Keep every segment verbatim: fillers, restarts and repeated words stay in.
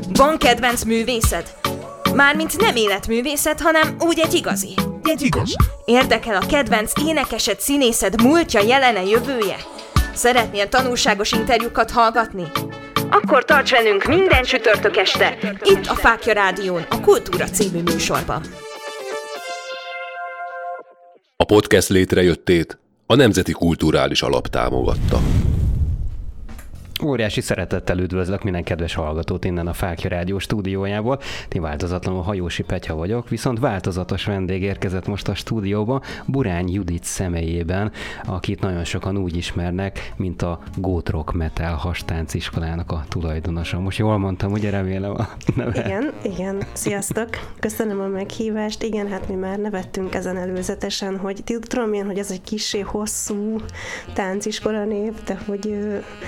Van kedvenc művészed? Mármint nem életművészet, hanem úgy egy igazi. Egy igaz. Érdekel a kedvenc énekesed, színészed múltja, jelene, jövője? Szeretnél tanulságos interjúkat hallgatni? Akkor tarts velünk minden csütörtök este, itt a Fáklya Rádión, a Kultúra című műsorban. A podcast létrejöttét a Nemzeti Kulturális Alap támogatta. Óriási szeretettel üdvözlök minden kedves hallgatót innen a Fáklya Rádió stúdiójából. Én változatlanul Hajósi Petya vagyok, viszont változatos vendég érkezett most a stúdióba, Burány Judit személyében, akit nagyon sokan úgy ismernek, mint a Goth Rock Metal hastánciskolának a tulajdonosa. Most jól mondtam, ugye, remélem a neve? Igen, igen. Sziasztok! Köszönöm a meghívást. Igen, hát mi már nevettünk ezen előzetesen, hogy tudom én, hogy ez egy kissé hosszú tánciskola név, de hogy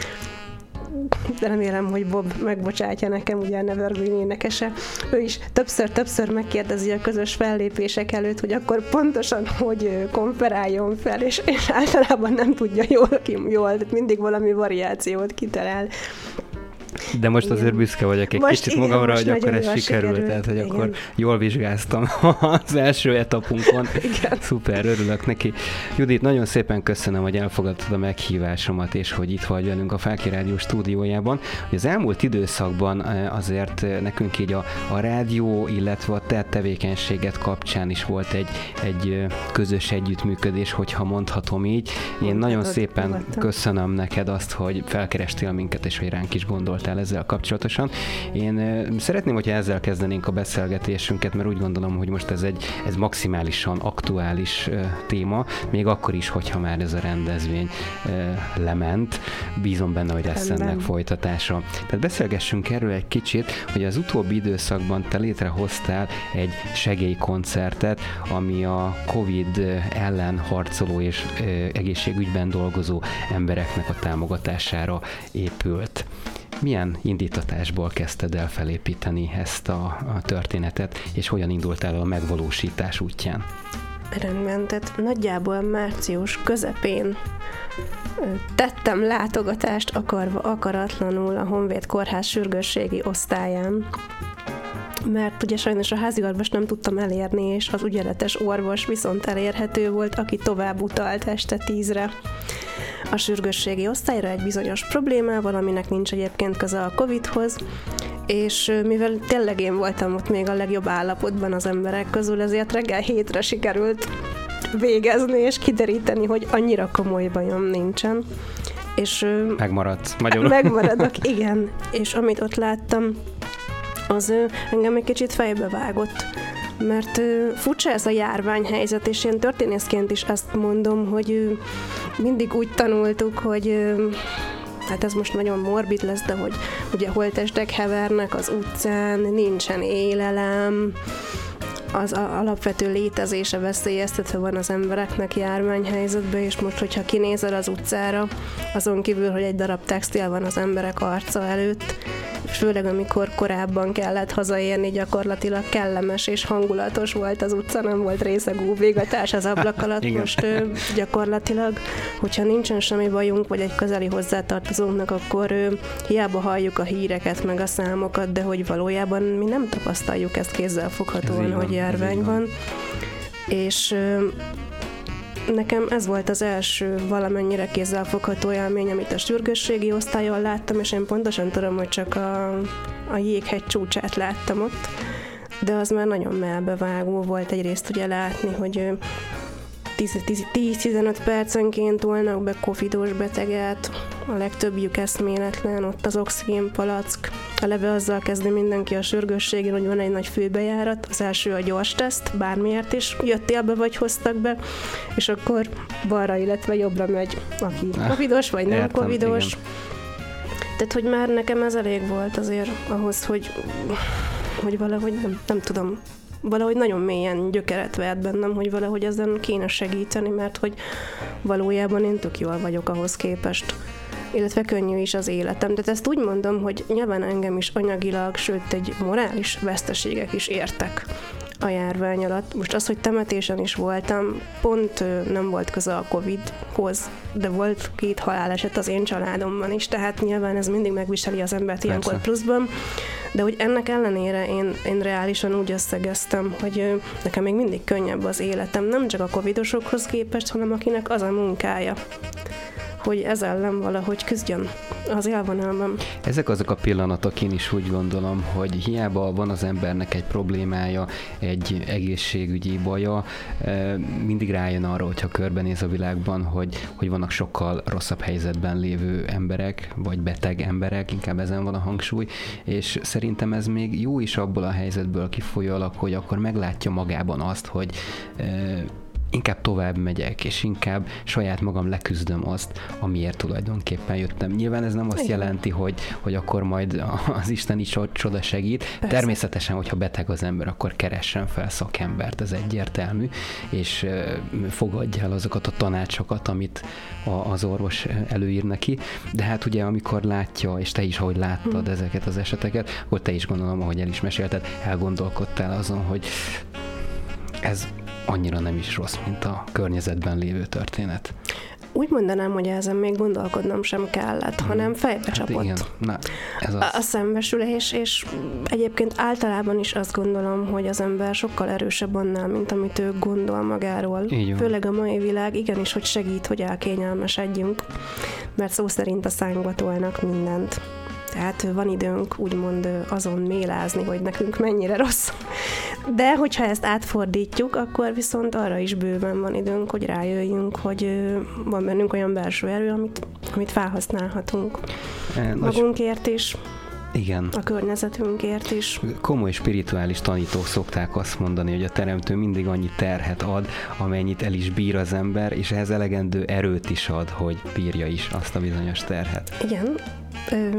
de remélem, hogy Bob megbocsátja nekem, ugye a Nevergreen énekese. Ő is többször-többször megkérdezi a közös fellépések előtt, hogy akkor pontosan hogy konferáljon fel, és, és általában nem tudja jól, jól, mindig valami variációt kitalál. De most azért büszke vagyok egy most kicsit igen, magamra, hogy akkor ez sikerült, sikerült, tehát hogy igen. Akkor jól vizsgáztam az első etapunkon. Igen. Szuper, örülök neki. Judit, nagyon szépen köszönöm, hogy elfogadtad a meghívásomat, és hogy itt vagy velünk a Fáklya Rádió stúdiójában. Az elmúlt időszakban azért nekünk így a, a rádió, illetve a te tevékenységet kapcsán is volt egy, egy közös együttműködés, hogyha mondhatom így. Én Mondhatod, nagyon szépen mondhatom. Köszönöm neked azt, hogy felkerestél minket, és hogy ránk is gondoltál ezzel kapcsolatosan. Én uh, szeretném, hogyha ezzel kezdenénk a beszélgetésünket, mert úgy gondolom, hogy most ez egy ez maximálisan aktuális uh, téma, még akkor is, hogyha már ez a rendezvény uh, lement. Bízom benne, hogy lesz Rendben. ennek folytatása. Tehát beszélgessünk erről egy kicsit, hogy az utóbbi időszakban te létrehoztál egy segélykoncertet, ami a Covid ellen harcoló és uh, egészségügyben dolgozó embereknek a támogatására épült. Milyen indítatásból kezdted el felépíteni ezt a, a történetet, és hogyan indultál el a megvalósítás útján? Rendben, tehát nagyjából március közepén tettem látogatást akarva akaratlanul a Honvéd Kórház sürgősségi osztályán, mert ugye sajnos a háziorvost nem tudtam elérni, és az ügyeletes orvos viszont elérhető volt, aki tovább utalt este tízre a sürgősségi osztályra egy bizonyos problémával, aminek nincs egyébként köze a Covidhoz, és mivel tényleg én voltam ott még a legjobb állapotban az emberek közül, ezért reggel hétre sikerült végezni és kideríteni, hogy annyira komoly bajom nincsen. És megmaradsz magyarul. Megmaradok, igen. És amit ott láttam, az engem egy kicsit fejbe vágott, mert furcsa ez a járványhelyzet, és én történészként is ezt mondom, hogy mindig úgy tanultuk, hogy hát ez most nagyon morbid lesz, de hogy ugye holttestek hevernek az utcán, nincsen élelem, az alapvető létezése veszélyeztetve van az embereknek járványhelyzetben, és most, hogyha kinézel az utcára, azon kívül, hogy egy darab textil van az emberek arca előtt, főleg amikor korábban kellett hazaérni, gyakorlatilag kellemes és hangulatos volt az utca, nem volt részeg úvégatás az ablak alatt. Most ő, gyakorlatilag, hogyha nincsen semmi bajunk, vagy egy közeli hozzátartozónknak, akkor ő, hiába halljuk a híreket, meg a számokat, de hogy valójában mi nem tapasztaljuk ezt kézzelfoghatóan, hogy járvány van. És nekem ez volt az első valamennyire kézzelfogható élmény, amit a sürgősségi osztályon láttam, és én pontosan tudom, hogy csak a, a jéghegy csúcsát láttam ott, de az már nagyon melbevágó volt egyrészt ugye látni, hogy tíz-tizenöt percenként tolnak be covidos beteget, a legtöbbjük eszméletlen, ott az oxigénpalack. Eleve azzal kezdi mindenki a sürgősségén, hogy van egy nagy főbejárat, az első a gyors teszt, bármiért is jöttél be vagy hoztak be, és akkor balra, illetve jobbra megy, aki covidos vagy nem Értem, covidos. Igen. Tehát, hogy már nekem ez elég volt azért ahhoz, hogy, hogy valahogy nem, nem tudom, valahogy nagyon mélyen gyökeret vert bennem, hogy valahogy ezen kéne segíteni, mert hogy valójában én tök jól vagyok ahhoz képest, illetve könnyű is az életem. De ezt úgy mondom, hogy nyilván engem is anyagilag, sőt egy morális veszteségek is értek a járvány alatt. Most az, hogy temetésen is voltam, pont nem volt köze a Covidhoz, de volt két haláleset az én családomban is, tehát nyilván ez mindig megviseli az embert ilyenkor pluszban, De hogy ennek ellenére én, én reálisan úgy összegeztem, hogy nekem még mindig könnyebb az életem, nem csak a covidosokhoz képest, hanem akinek az a munkája, hogy ez ellen valahogy küzdjön az élvonalban. Ezek azok a pillanatok, én is úgy gondolom, hogy hiába van az embernek egy problémája, egy egészségügyi baja, mindig rájön arra, hogyha körbenéz a világban, hogy, hogy vannak sokkal rosszabb helyzetben lévő emberek, vagy beteg emberek, inkább ezen van a hangsúly, és szerintem ez még jó is abból a helyzetből kifolyólag, hogy akkor meglátja magában azt, hogy inkább tovább megyek, és inkább saját magam leküzdöm azt, amiért tulajdonképpen jöttem. Nyilván ez nem azt Igen. jelenti, hogy, hogy akkor majd az isteni csoda segít. Persze. Természetesen, hogyha beteg az ember, akkor keressen fel szakembert, ez egyértelmű, és fogadja el azokat a tanácsokat, amit az orvos előír neki. De hát ugye, amikor látja, és te is, ahogy láttad hmm. ezeket az eseteket, akkor te is gondolom, ahogy el is mesélted, elgondolkodtál azon, hogy ez annyira nem is rossz, mint a környezetben lévő történet. Úgy mondanám, hogy ezen még gondolkodnom sem kellett, hmm. hanem fejbe hát csapott igen. Na, ez az. a, a szembesülés, és egyébként általában is azt gondolom, hogy az ember sokkal erősebb annál, mint amit ő gondol magáról. Főleg a mai világ igenis, hogy segít, hogy elkényelmesedjünk, mert szó szerint a szánkba tolnak mindent. Tehát van időnk úgymond azon mélázni, hogy nekünk mennyire rossz. De hogyha ezt átfordítjuk, akkor viszont arra is bőven van időnk, hogy rájöjjünk, hogy van bennünk olyan belső erő, amit, amit felhasználhatunk. E, magunkért is. Igen. A környezetünkért is. Komoly spirituális tanítók szokták azt mondani, hogy a teremtő mindig annyi terhet ad, amennyit el is bír az ember, és ehhez elegendő erőt is ad, hogy bírja is azt a bizonyos terhet. Igen. Ö,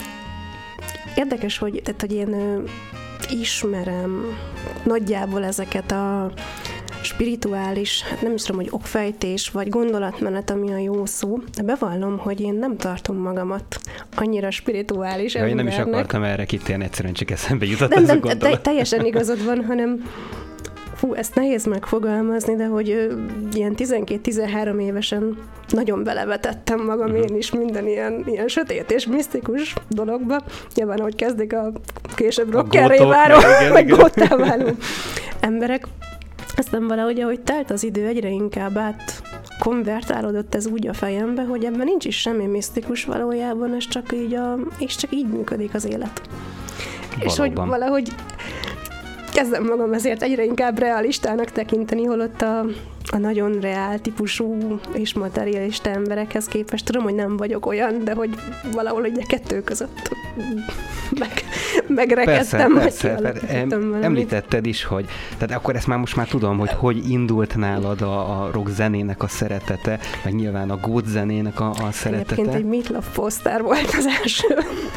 érdekes, hogy, tehát, hogy én ö, ismerem nagyjából ezeket a spirituális, hát nem is tudom, hogy okfejtés, vagy gondolatmenet, ami a jó szó, de bevallom, hogy én nem tartom magamat annyira spirituális ja, embernek. Én nem is akartam erre kitérni, egyszerűen csak eszembe jutott nem, ez nem, a gondolat. Te, teljesen igazad van, hanem fú, ezt nehéz megfogalmazni, de hogy ö, ilyen tizenkét-tizenhárom évesen nagyon belevetettem magam uh-huh. én is minden ilyen, ilyen sötét és misztikus dologba. Nyilván, ahogy kezdik a később rockerré váló, meg góttá váló emberek. Aztán valahogy, ahogy telt az idő, egyre inkább át konvertálódott ez úgy a fejembe, hogy ebben nincs is semmi misztikus valójában, és csak így, a, és csak így működik az élet. Valóban. És hogy valahogy kezdem magam ezért egyre inkább realistának tekinteni, holott a, a nagyon reál típusú és materialista emberekhez képest tudom, hogy nem vagyok olyan, de hogy valahol egy kettő között meg, megrekedtem. Persze, persze. Em, említetted is, hogy tehát akkor ezt már most már tudom, hogy hogy indult nálad a, a rock zenének a szeretete, meg nyilván a gót zenének a, a szeretete. Egyébként egy Meatloaf poszter volt az első.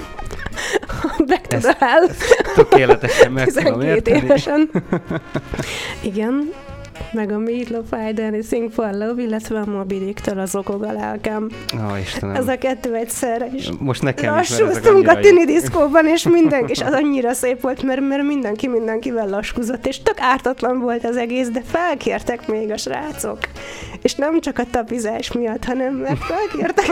Back to the Hell. Tökéletesen meg tudom érteni. Évesen. Igen. Meg a Meatloaf, I Dance Sing for Love, illetve a Moby Dick-től az Okog a lelkem. Ó, Istenem. Ez a kettő egyszerre is. Most nekem is, lassúztunk a tini diszkóban, és mindenki, és az annyira szép volt, mert, mert mindenki mindenkivel lassúzott, és tök ártatlan volt az egész, de felkértek még a srácok. És nem csak a tapizás miatt, hanem mert felkértek.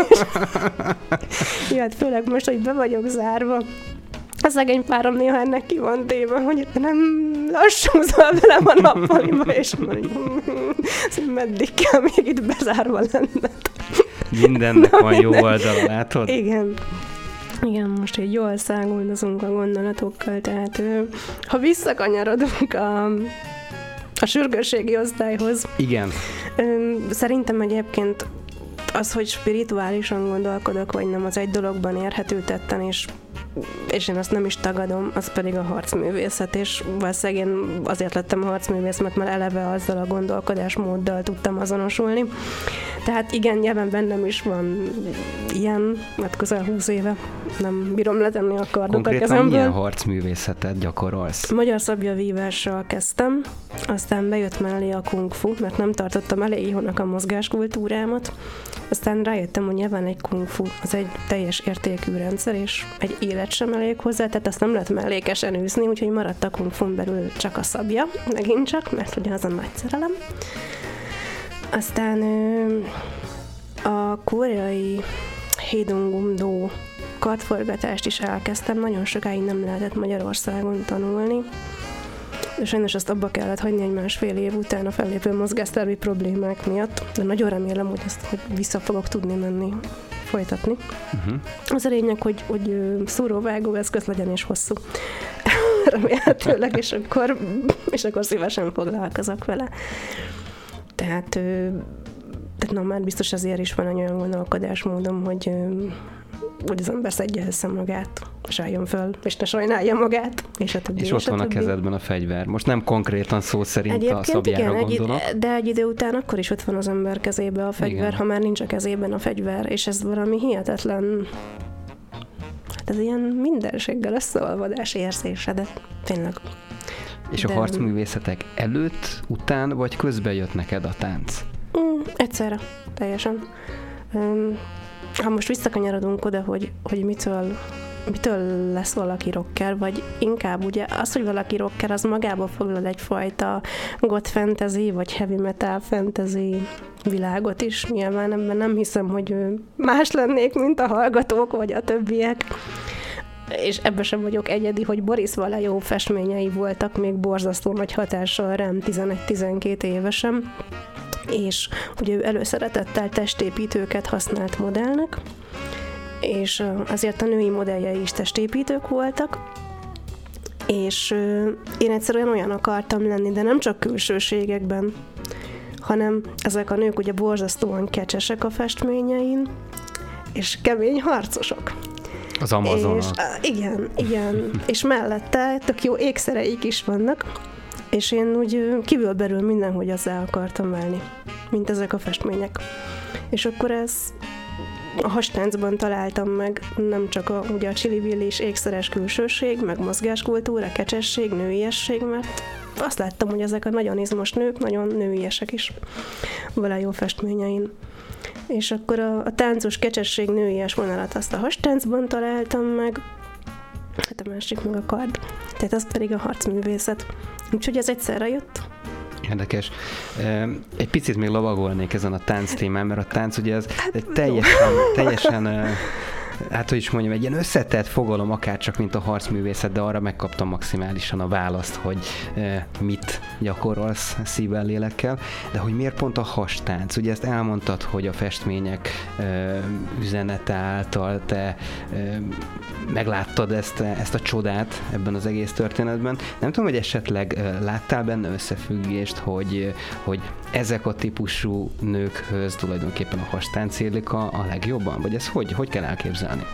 És... ja, főleg most, hogy be vagyok zárva, a szegény párom néha ennek ki van téve, hogy nem lassúzol velem a nappaliba, és mondjuk, meddig kell még itt bezárva lenned. Mindennek Na, van minden. Jó oldala, látod? Igen. Igen, most így jól száguldozunk a gondolatokkal, tehát ha visszakanyarodunk a, a sürgősségi osztályhoz. Igen. Szerintem egyébként az, hogy spirituálisan gondolkodok, vagy nem, az egy dologban érhető tetten, és és én azt nem is tagadom, az pedig a harcművészet, és valószínűleg én azért lettem harcművész, mert már eleve azzal a gondolkodásmóddal tudtam azonosulni. Tehát igen, nyilván bennem is van ilyen, mert közel húsz éve nem bírom letenni a kardot a kezemből. Konkrétan milyen harcművészetet gyakorolsz? Magyar szabjavívással kezdtem, aztán bejött mellé a kung fu, mert nem tartottam elég jónak a mozgáskultúrámat. Aztán rájöttem, hogy nyilván egy kung fu, az egy teljes értékű rendszer, és egy élet sem elég hozzá, tehát azt nem lehet mellékesen űzni, úgyhogy maradt a kung fun belül csak a szabja, megint csak, mert ugye az a nagy szerelem. Aztán a koreai Heidong-gum-do kardforgatást is elkezdtem, nagyon sokáig nem lehetett Magyarországon tanulni, de sajnos azt abba kellett hagyni egy másfél év után a fellépő mozgásszervi problémák miatt, de nagyon remélem, hogy ezt hogy vissza fogok tudni menni, folytatni. Uh-huh. Az a lényeg, hogy, hogy szúróvágó eszköz legyen és hosszú. Remélhetőleg, és akkor, és akkor szívesen foglalkozok vele. Tehát, tehát na, már biztos azért is van egy olyan gondolkodásmódom, hogy, hogy az ember szedje össze magát, és álljon föl, és ne sajnálja magát, és a többi. És, és ott van a kezedben a fegyver. Most nem konkrétan szó szerint egyébként a szabjára igen, gondolok. Egy, de egy idő után akkor is ott van az ember kezébe a fegyver, igen. Ha már nincs a kezében a fegyver, és ez valami hihetetlen, hát ez ilyen mindenséggel összeolvadás érzése, de tényleg. És de... a harcművészetek előtt, után, vagy közben jött neked a tánc? Mm, egyszerre, teljesen. Um, ha most visszakanyarodunk oda, hogy, hogy mitől, mitől lesz valaki rocker, vagy inkább ugye az, hogy valaki rocker, az magába foglal egyfajta goth fantasy, vagy heavy metal fantasy világot is. Nyilván ebben nem hiszem, hogy más lennék, mint a hallgatók, vagy a többiek. És ebben sem vagyok egyedi, hogy Boris Vallejo festményei voltak még borzasztó nagy hatással rám tizenegy-tizenkét évesen, és ugye ő előszeretettel testépítőket használt modellnek, és azért a női modelljei is testépítők voltak, és én egyszerűen olyan akartam lenni, de nem csak külsőségekben, hanem ezek a nők ugye borzasztóan kecsesek a festményein, és kemény harcosok. Az Amazon. És, igen, igen. És mellette tök jó ékszereik is vannak, és én úgy kívülbelül mindenhogy azzá akartam válni, mint ezek a festmények. És akkor ez a hastáncban találtam meg nem csak a, ugye a csili-villi és ékszeres külsőség, meg mozgáskultúra, kecsesség, nőiesség, mert azt láttam, hogy ezek a nagyon izmos nők nagyon nőiesek is Vallejo festményein. És akkor a, a táncos kecsesség nőies vonalat azt a hastáncban találtam meg, hát a másik meg a kard. Tehát az pedig a harcművészet. Úgyhogy ez egyszerre jött. Érdekes. Egy picit még lovagolnék ezen a tánc témán, mert a tánc ugye ez hát, teljesen, teljesen hát hogy is mondjam, egy ilyen összetett fogalom akárcsak, mint a harcművészet, de arra megkaptam maximálisan a választ, hogy e, mit gyakorolsz szívvel, lélekkel, de hogy miért pont a hastánc? Ugye ezt elmondtad, hogy a festmények e, üzenete által te e, megláttad ezt, ezt a csodát ebben az egész történetben. Nem tudom, hogy esetleg e, láttál benne összefüggést, hogy, hogy ezek a típusú nőkhöz tulajdonképpen a hastánc élik a, a legjobban? Vagy ez hogy, hogy kell elképzelni?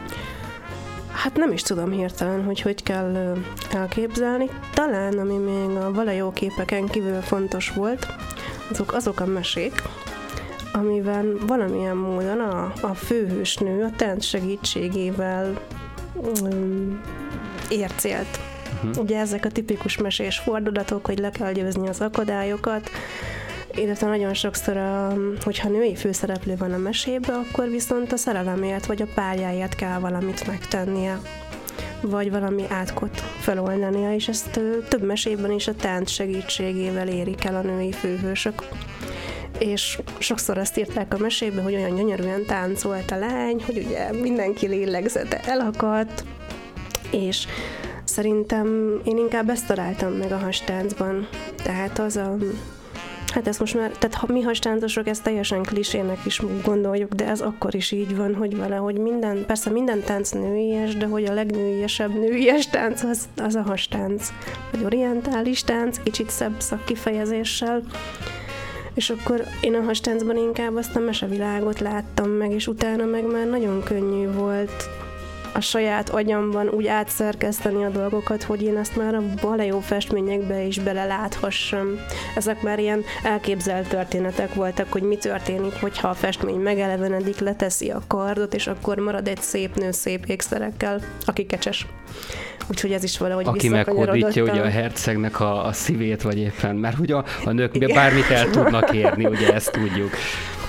Hát nem is tudom hirtelen, hogy hogy kell elképzelni. Talán, ami még a Vallejo képeken kívül fontos volt, azok, azok a mesék, amiben valamilyen módon a, a főhősnő a tánc segítségével um, ér célt. Uh-huh. Ugye ezek a tipikus mesés fordulatok, hogy le kell győzni az akadályokat, illetve nagyon sokszor, a, hogyha női főszereplő van a mesében, akkor viszont a szerelemért vagy a párjáért kell valamit megtennie, vagy valami átkot feloldania, és ezt több mesében is a tánc segítségével érik el a női főhősök. És sokszor azt írták a mesébe, hogy olyan gyönyörűen táncolt a lány, hogy ugye mindenki lélegzete elakadt, és szerintem én inkább ezt találtam meg a hastáncban. Tehát az a... Hát ezt most már, tehát ha mi hastáncosok ezt teljesen klisének is gondoljuk, de ez akkor is így van, hogy valahogy minden, persze minden tánc nőies, de hogy a legnőiesebb nőies tánc az, az a hastánc. Vagy orientális tánc, kicsit szebb szakkifejezéssel. És akkor én a hastáncban inkább azt a mesevilágot láttam meg, és utána meg már nagyon könnyű volt a saját agyamban úgy átszerkeszteni a dolgokat, hogy én ezt már a Vallejo festményekbe is beleláthassam. Ezek már ilyen elképzelt történetek voltak, hogy mi történik, hogyha a festmény megelevenedik, leteszi a kardot, és akkor marad egy szép nő szép ékszerekkel, aki kecses. Úgyhogy ez is valahogy aki meghódítja ugye a hercegnek a, a szívét, vagy éppen, mert ugye a, a nők igen. bármit el tudnak érni, ugye ezt tudjuk.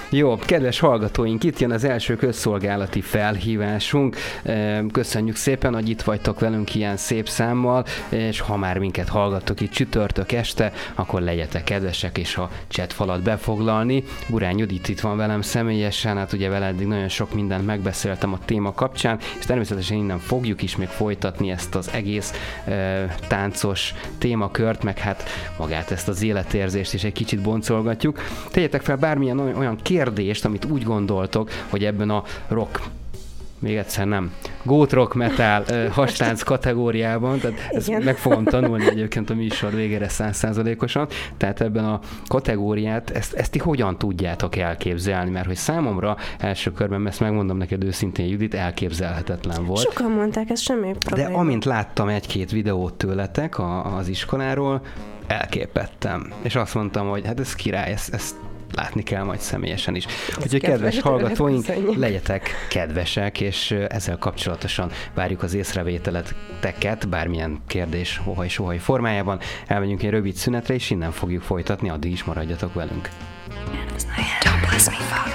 Jó, kedves hallgatóink, itt jön az első közszolgálati felhívásunk. Köszönjük szépen, hogy itt vagytok velünk ilyen szép számmal, és ha már minket hallgattok itt csütörtök este, akkor legyetek kedvesek, és a chat falat befoglalni. Burány Judit itt van velem személyesen, hát ugye vele eddig nagyon sok mindent megbeszéltem a téma kapcsán, és természetesen innen fogjuk is még folytatni ezt az egész e, táncos témakört, meg hát magát ezt az életérzést is egy kicsit boncolgatjuk. Tegyetek fel bármilyen olyan kérdést, amit úgy gondoltok, hogy ebben a rock, még egyszer nem, gót rock metal uh, hastánc kategóriában, tehát ezt meg fogom tanulni egyébként a műsor végére száz százalékosan, tehát ebben a kategóriát, ezt, ezt ti hogyan tudjátok elképzelni, mert hogy számomra első körben, ezt megmondom neked őszintén, Judit, elképzelhetetlen volt. Sokan mondták, ez semmi probléma. De amint láttam egy-két videót tőletek a, az iskoláról, elképettem, és azt mondtam, hogy hát ez király, ezt, ezt látni kell majd személyesen is. Úgyhogy kedves hallgatóink, legyetek kedvesek, és ezzel kapcsolatosan várjuk az észrevételeteket, bármilyen kérdés ohaj-sohaj formájában. Elmegyünk egy rövid szünetre, és innen fogjuk folytatni, addig is maradjatok velünk. Don't bless me, Father.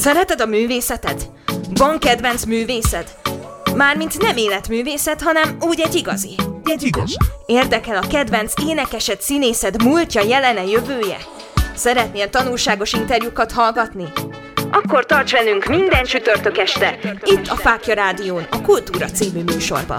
Szereted a művészeted? Van kedvenc művészed? Mármint nem életművészet, hanem úgy egy igazi. Egy igazi. Érdekel a kedvenc énekesed, színészed múltja, jelene, jövője? Szeretnél tanulságos interjúkat hallgatni? Akkor tarts velünk minden csütörtök este, itt a Fáklya Rádión, a Kultúra című műsorban.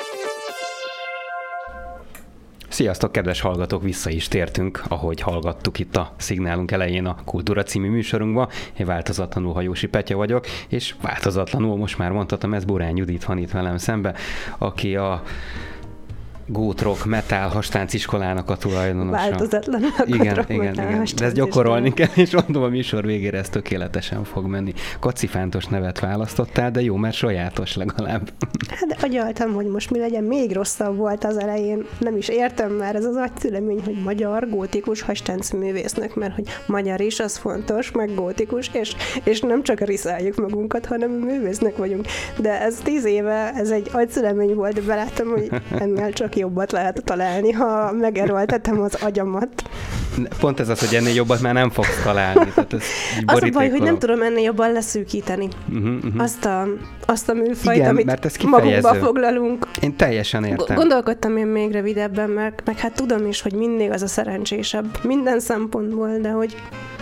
Sziasztok, kedves hallgatók, vissza is tértünk, ahogy hallgattuk itt a szignálunk elején a Kultúra című műsorunkba. Én változatlanul Hajósi Petya vagyok, és változatlanul, most már mondhatom, ez Borány Judit van itt velem szembe, aki a Goth Rock Metal Hastánc iskolának a tulajdonosa. Változatlanul a igen, Goth igen, Metal igen. De ezt gyakorolni kell, és mondom, a műsor végére ez tökéletesen fog menni. Kacifántos nevet választottál, de jó, mert sajátos legalább. Hát de agyaltam, hogy most mi legyen, még rosszabb volt az elején. Nem is értem már, ez az agyszülemény, hogy magyar gótikus hastánc művésznek, mert hogy magyar is, az fontos, meg gótikus, és, és nem csak riszáljuk magunkat, hanem művésznek vagyunk. De ez tíz éve, ez egy agyszülemény volt, de beláttam, hogy ennél csak jobbat lehet találni, ha megerőltetem az agyamat. Pont ez az, hogy ennél jobbat már nem fogsz találni. Tehát ez az a baj, hogy nem tudom ennél jobban leszűkíteni. Uh-huh, uh-huh. Azt, a, azt a műfajt, igen, amit magunkba foglalunk. Én teljesen értem. Gondolkodtam én még rövidebben, meg, meg hát tudom is, hogy mindig az a szerencsésebb. Minden szempontból, de hogy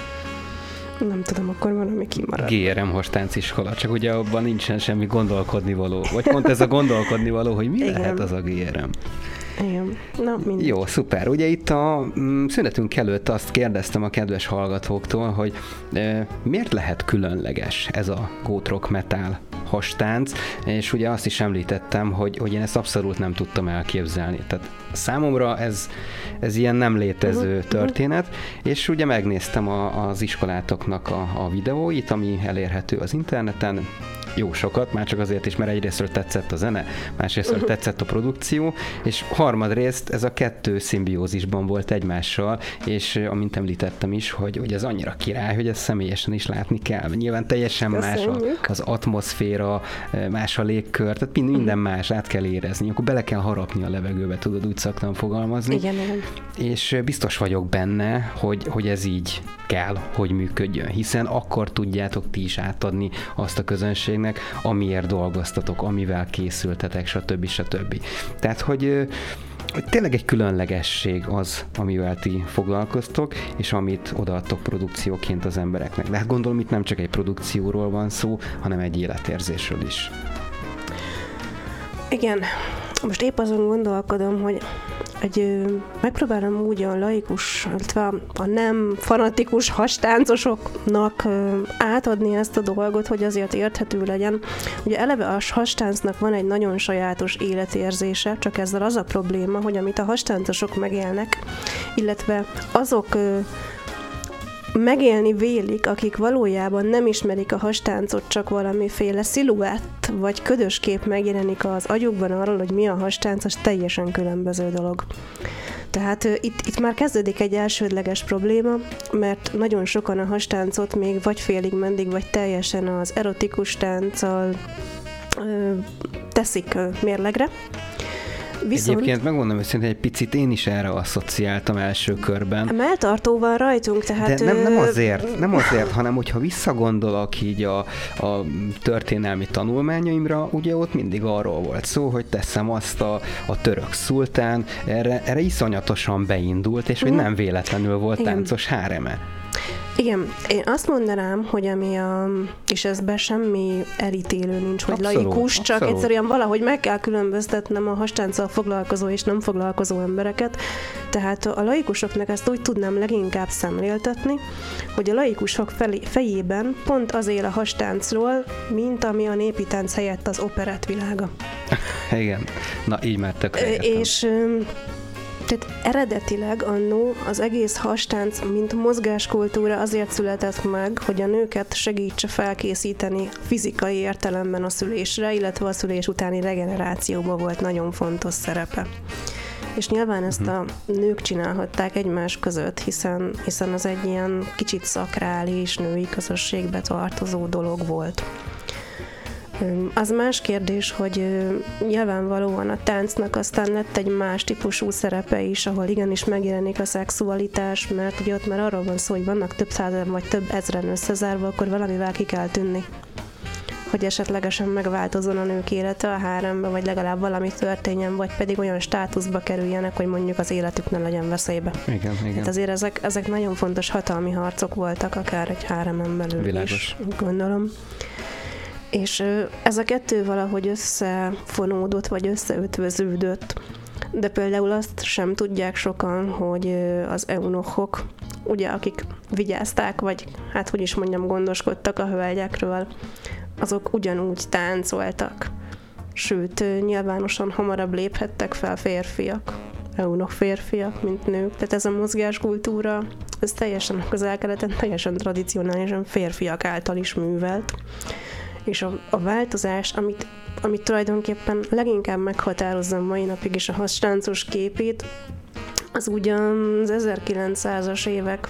nem tudom, akkor valami kimarad. gé er em Hastánc iskola, csak ugye abban nincsen semmi gondolkodni való. Vagy pont ez a gondolkodni való, hogy mi igen. lehet az a gé er em. Igen. Na, mindig. Jó, szuper. Ugye itt a mm, szünetünk előtt azt kérdeztem a kedves hallgatóktól, hogy e, miért lehet különleges ez a Goth Rock Metal hastánc, és ugye azt is említettem, hogy, hogy én ezt abszolút nem tudtam elképzelni. Tehát számomra ez, ez ilyen nem létező történet, és ugye megnéztem a, az iskolátoknak a, a videóit, ami elérhető az interneten, jó sokat, már csak azért is, mert egyrésztről tetszett a zene, másrésztről uh-huh. tetszett a produkció, és harmadrészt ez a kettő szimbiózisban volt egymással, és amint említettem is, hogy, hogy ez annyira király, hogy ezt személyesen is látni kell. Nyilván teljesen más a, az atmoszféra, más a légkör, tehát minden más, át kell érezni, akkor bele kell harapni a levegőbe, tudod úgy szaktan fogalmazni. Igen, igen. És biztos vagyok benne, hogy, hogy ez így kell, hogy működjön, hiszen akkor tudjátok ti is átadni azt a közönségnek, amiért dolgoztatok, amivel készültetek, stb. stb. Tehát, hogy, hogy tényleg egy különlegesség az, amivel ti foglalkoztok, és amit odaadtok produkcióként az embereknek. De hát gondolom, itt nem csak egy produkcióról van szó, hanem egy életérzésről is. Igen. Most épp azon gondolkodom, hogy egy, megpróbálom úgy a laikus, illetve a nem fanatikus hastáncosoknak átadni ezt a dolgot, hogy azért érthető legyen. Ugye eleve a hastáncnak van egy nagyon sajátos életérzése, csak ezzel az a probléma, hogy amit a hastáncosok megélnek, illetve azok megélni vélik, akik valójában nem ismerik a hastáncot, csak valamiféle sziluett vagy ködös kép megjelenik az agyukban arról, hogy mi a hastánc, az teljesen különböző dolog. Tehát uh, itt, itt már kezdődik egy elsődleges probléma, mert nagyon sokan a hastáncot még vagy félig mendig, vagy teljesen az erotikus tánccal uh, teszik uh, mérlegre. Viszont... Egyébként megmondom őszintén, egy picit én is erre asszociáltam első körben. Melltartó van rajtunk, tehát... De nem, nem azért, nem azért, hanem hogyha visszagondolok így a, a történelmi tanulmányaimra, ugye ott mindig arról volt szó, hogy teszem azt a, a török szultán, erre, erre iszonyatosan beindult, és hogy nem véletlenül volt igen. táncos háreme. Igen, én azt mondanám, hogy ami a, és ezben semmi elítélő nincs, hogy abszolút, laikus, csak abszolút. Egyszerűen valahogy meg kell különböztetnem a hastánccal foglalkozó és nem foglalkozó embereket. Tehát a laikusoknak ezt úgy tudnám leginkább szemléltetni, hogy a laikusok felé, fejében pont az él a hastáncról, mint ami a népi tánc helyett az operett világa. Igen, na így már tökre értem. És... Tehát eredetileg annó az egész hastánc, mint mozgáskultúra azért született meg, hogy a nőket segítse felkészíteni fizikai értelemben a szülésre, illetve a szülés utáni regenerációban volt nagyon fontos szerepe. És nyilván ezt a nők csinálhatták egymás között, hiszen, hiszen az egy ilyen kicsit szakrális, női közösségbe tartozó dolog volt. Az más kérdés, hogy nyilvánvalóan a táncnak aztán lett egy más típusú szerepe is, ahol igenis megjelenik a szexualitás, mert ugye ott már arról van szó, hogy vannak több százan vagy több ezren összezárva, akkor valamivel ki kell tűnni, hogy esetlegesen megváltozzon a nők élete a hárembe, vagy legalább valami történjen, vagy pedig olyan státuszba kerüljenek, hogy mondjuk az életük ne legyen veszélybe. Igen, igen. Hát azért ezek, ezek nagyon fontos hatalmi harcok voltak, akár egy háremen belül Világos. is, gondolom. És ez a kettő valahogy összefonódott, vagy összeötvöződött. De például azt sem tudják sokan, hogy az eunuchok, ugye akik vigyázták, vagy hát hogy is mondjam, gondoskodtak a hölgyekről, azok ugyanúgy táncoltak. Sőt, nyilvánosan hamarabb léphettek fel férfiak, eunuch férfiak, mint nők. Tehát ez a mozgáskultúra, ez teljesen a közel-keleten, teljesen tradicionálisan férfiak által is művelt. És a, a változás, amit, amit tulajdonképpen leginkább meghatározza mai napig is a hastáncos képét, az ugyan az ezerkilencszázas évek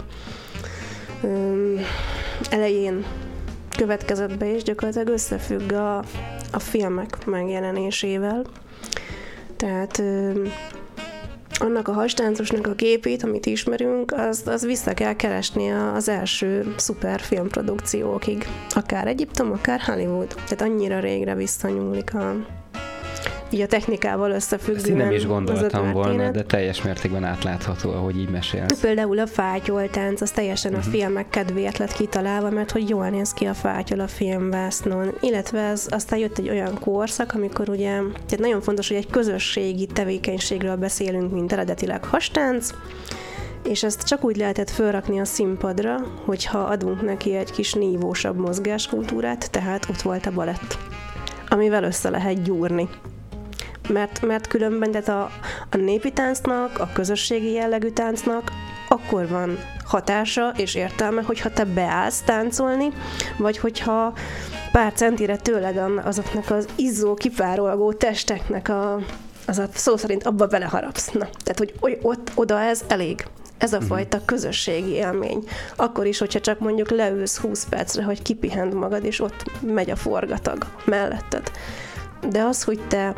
öm, elején következett be, és gyakorlatilag összefügg a, a filmek megjelenésével. Tehát öm, annak a hastáncosnak a képét, amit ismerünk, az, az vissza kell keresni az első szuper filmprodukciókig. Akár Egyiptom, akár Hollywood. Tehát annyira régre visszanyúlik a, így a technikával összefüggően. Ezt én nem is gondoltam volna, de teljes mértékben átlátható, ahogy így mesélsz. Például a fátyoltánc, az teljesen uh-huh. a filmek kedvéért lett kitalálva, mert hogy jól néz ki a fátyol a filmvásznon. Illetve ez, aztán jött egy olyan korszak, amikor ugye, tehát nagyon fontos, hogy egy közösségi tevékenységről beszélünk, mint eredetileg hastánc, és ezt csak úgy lehetett felrakni a színpadra, hogyha adunk neki egy kis nívósabb mozgáskultúrát, tehát ott volt a balett, amivel össze lehet gyúrni. Mert, mert különben tehát a, a népi táncnak, a közösségi jellegű táncnak akkor van hatása és értelme, hogyha te beállsz táncolni, vagy hogyha pár centire tőled azoknak az izzó, kipárolgó testeknek a, az a szó szerint abba beleharapsz. Na, tehát, hogy ott, oda ez elég. Ez a fajta közösségi élmény. Akkor is, hogyha csak mondjuk leülsz húsz percre, hogy kipihend magad, és ott megy a forgatag melletted. De az, hogy te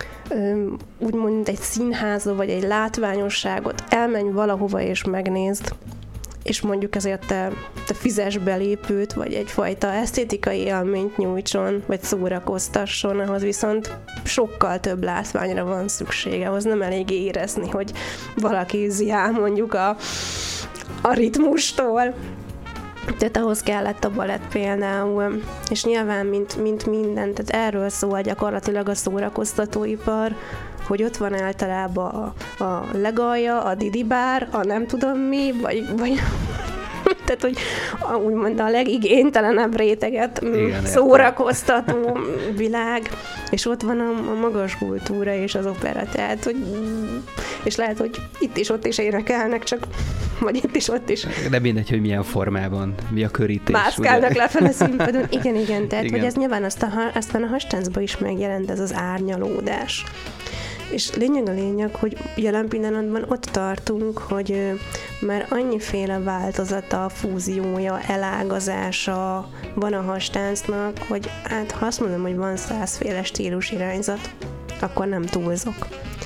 úgymond egy színházba, vagy egy látványosságot, elmenj valahova és megnézd, és mondjuk ezért te, te fizes belépőt, vagy egyfajta esztétikai élményt nyújtson, vagy szórakoztasson, ahhoz viszont sokkal több látványra van szüksége, ahhoz nem elég érezni, hogy valaki ziál mondjuk a, a ritmustól. Tehát ahhoz kellett a balett például, és nyilván mint, mint minden, tehát erről szól gyakorlatilag a szórakoztatóipar, hogy ott van általában a, a legalja, a didibár, a nem tudom mi, vagy, vagy tehát, hogy úgymond a legigénytelenebb réteget igen, szórakoztató világ, és ott van a, a magas kultúra és az opera, tehát, hogy és lehet, hogy itt is, ott is énekelnek, csak vagy itt is, ott is. De mindegy, hogy milyen formában, mi a körítés. Mászkálnak lefele színpadon. Igen, igen, tehát, igen. Hogy ez nyilván azt a, aztán a hastáncban is megjelent ez az árnyalódás. És lényeg a lényeg, hogy jelen pillanatban ott tartunk, hogy már annyiféle változata, fúziója, elágazása van a hastáncnak, hogy hát ha azt mondom, hogy van százféle stílus irányzat, akkor nem túlzok.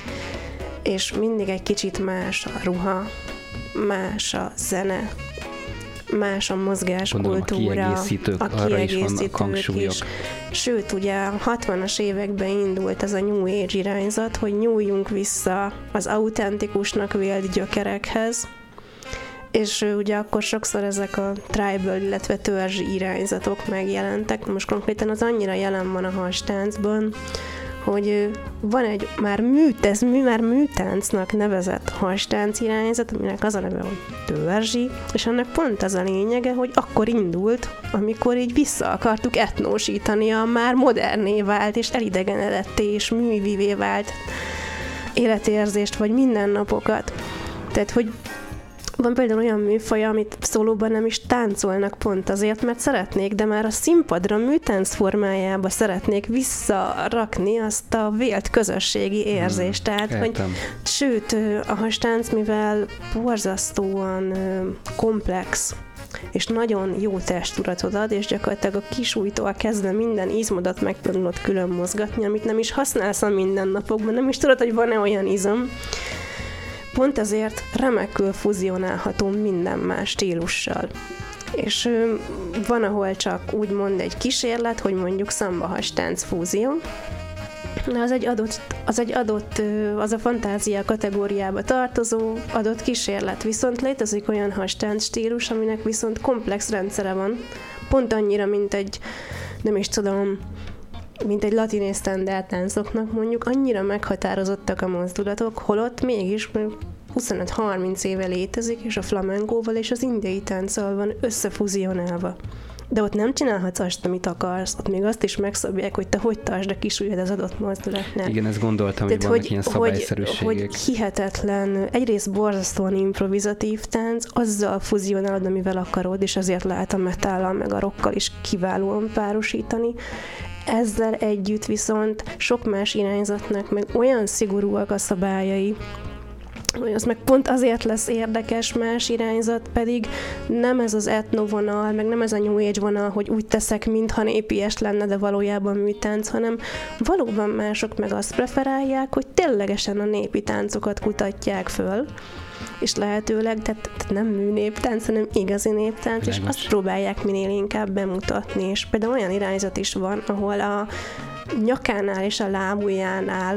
És mindig egy kicsit más a ruha, más a zene, más a mozgáskultúra, a kiegészítők, a arra is vannak hangsúlyok. Is. Sőt, ugye a hatvanas években indult ez a New Age irányzat, hogy nyúljunk vissza az autentikusnak vélt gyökerekhez, és ugye akkor sokszor ezek a tribal, illetve törzsi irányzatok megjelentek. Most konkrétan az annyira jelen van a hastáncban, hogy van egy már műt, ez mű, már műtáncnak nevezett hastánc irányzat, aminek az a neve, hogy törzsi, és ennek pont az a lényege, hogy akkor indult, amikor így vissza akartuk etnósítani a már moderné vált, és elidegenedetté, és művivé vált életérzést, vagy mindennapokat. Tehát, hogy van például olyan műfaj, amit szólóban nem is táncolnak pont azért, mert szeretnék, de már a színpadra műtánc formájába szeretnék visszarakni azt a vélt közösségi érzést. Hmm, Tehát, hogy, sőt, a hastánc, mivel borzasztóan komplex, és nagyon jó testudatot ad, és gyakorlatilag a kisújtól kezdve minden izmodat megtanulod külön mozgatni, amit nem is használsz a mindennapokban, nem is tudod, hogy van-e olyan izom. Pont ezért remekül fuzionálható minden más stílussal. És ö, van, ahol csak úgymond egy kísérlet, hogy mondjuk szamba-hastánc fúzió, az egy adott, az egy adott, az a fantázia kategóriába tartozó adott kísérlet. Viszont létezik olyan hastánc stílus, aminek viszont komplex rendszere van. Pont annyira, mint egy, nem is tudom, mint egy latin standard táncoknak mondjuk, annyira meghatározottak a mozdulatok, holott mégis huszonöt-harminc éve létezik, és a flamencóval és az indiai tánccal van összefuzionálva. De ott nem csinálhatsz azt, amit akarsz, ott még azt is megszabják, hogy te hogy tartsd a kisujjad az adott mozdulatnál. Igen, ezt gondoltam, tehát, hogy vannak ilyen szabályszerűségek. Hogy, hogy hihetetlen, egyrészt borzasztóan improvizatív tánc, azzal fuzionálod, amivel akarod, és ezért lehet a metállal, meg a rockkal is kiválóan párosítani. Ezzel együtt viszont sok más irányzatnak meg olyan szigorúak a szabályai, az meg pont azért lesz érdekes, más irányzat pedig nem ez az etno vonal, meg nem ez a New Age vonal, hogy úgy teszek, mintha népies lenne, de valójában műtánc, hanem valóban mások meg azt preferálják, hogy ténylegesen a népi táncokat kutatják föl, és lehetőleg, tehát, tehát nem műnéptánc, hanem igazi néptánc, és azt próbálják minél inkább bemutatni, és például olyan irányzat is van, ahol a nyakánál és a lábujjánál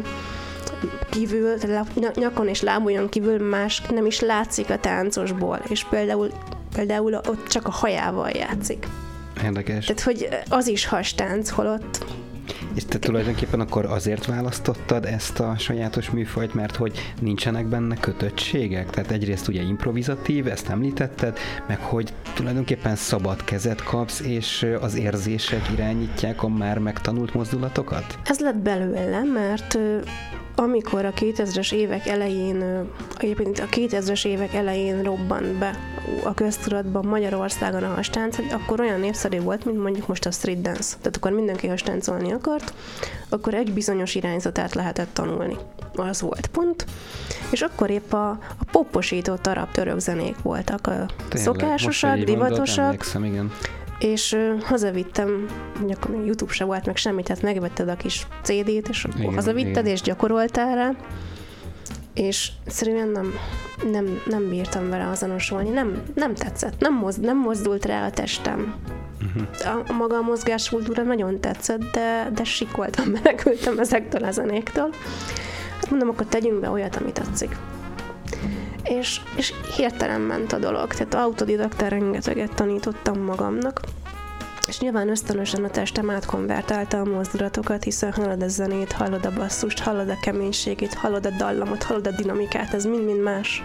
kívül, nyakon és lábujjon kívül más nem is látszik a táncosból, és például, például ott csak a hajával játszik. Érdekes. Tehát, hogy az is hastánc, holott. És te tulajdonképpen akkor azért választottad ezt a sajátos műfajt, mert hogy nincsenek benne kötöttségek? Tehát egyrészt ugye improvizatív, ezt említetted, meg hogy tulajdonképpen szabad kezet kapsz, és az érzések irányítják a már megtanult mozdulatokat? Ez lett belőle, mert amikor a kétezres évek elején, egyébként a kétezres évek elején robbant be a köztudatban Magyarországon a hastánc, hogy akkor olyan népszerű volt, mint mondjuk most a street dance. Tehát akkor mindenki hastáncolni akart, akkor egy bizonyos irányzatát lehetett tanulni. Az volt pont. És akkor épp a, a poposító tarab török zenék voltak a Tényleg, szokásosak, divatosak. Emlékszem, igen. És uh, hazavittem, hogy akkor még YouTube se volt, meg semmit, tehát megvetted a kis cé dét, és akkor igen, hazavitted, igen. És gyakoroltál rá, és szerintem nem, nem, nem bírtam vele azonosulni, nem, nem tetszett, nem, mozd, nem mozdult rá a testem. Uh-huh. A, a maga a mozgáskultúra nagyon tetszett, de, de sikoltam, menekültem ezektől a zenéktől. Hát mondom, akkor tegyünk be olyat, ami tetszik. És, és hirtelen ment a dolog, tehát autodidaktán rengeteget tanítottam magamnak, és nyilván ösztönösen a testem átkonvertálta a mozdulatokat, hiszen hallod a zenét, hallod a basszust, hallod a keménységét, hallod a dallamot, hallod a dinamikát, ez mind-mind más.